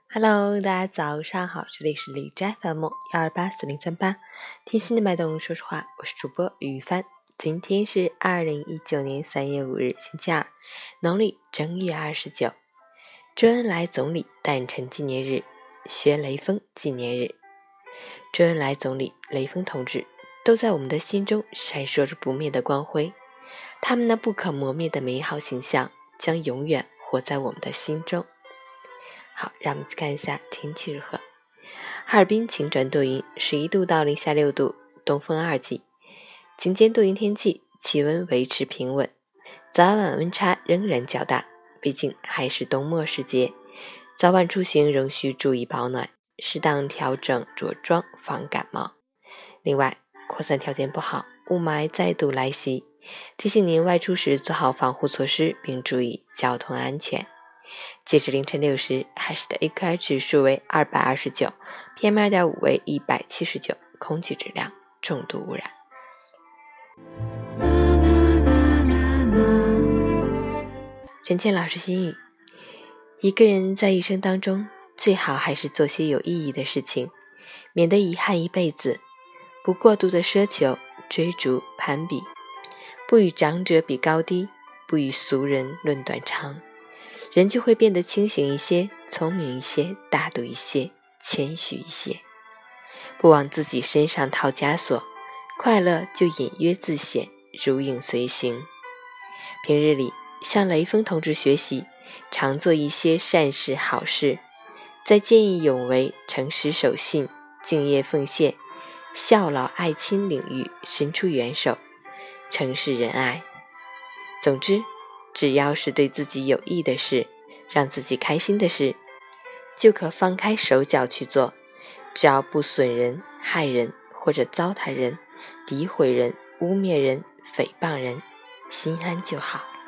Hello，大家早上好，这里是荔枝 FM1284038，贴心的脉动，说实话，我是主播于帆。今天是2019年3月5日，星期二，农历正月29，周恩来总理诞辰纪念日，学雷锋纪念日。周恩来总理、雷锋同志都在我们的心中闪烁着不灭的光辉，他们那不可磨灭的美好形象将永远活在我们的心中。好，让我们去看一下天气如何。哈尔滨晴转多云，11度到零下6度，东风2级。晴间多云天气，气温维持平稳，早晚温差仍然较大，毕竟还是冬末时节，早晚出行仍需注意保暖，适当调整着装防感冒。另外，扩散条件不好，雾霾再度来袭，提醒您外出时做好防护措施，并注意交通安全。截至凌晨6时，海市的 AQI 指数为229， PM2.5 为179，空气质量重度污染。陈倩老师心语：一个人在一生当中，最好还是做些有意义的事情，免得遗憾一辈子。不过度的奢求、追逐、攀比，不与长者比高低，不与俗人论短长，人就会变得清醒一些，聪明一些，大度一些，谦虚一些。不往自己身上套枷锁，快乐就隐约自显，如影随形。平日里向雷锋同志学习，常做一些善事好事，在见义勇为、诚实守信、敬业奉献、孝老爱亲领域伸出援手，诚实仁爱。总之，只要是对自己有益的事，让自己开心的事，就可放开手脚去做，只要不损人、害人或者糟蹋人、诋毁人、污蔑人、诽谤人，心安就好。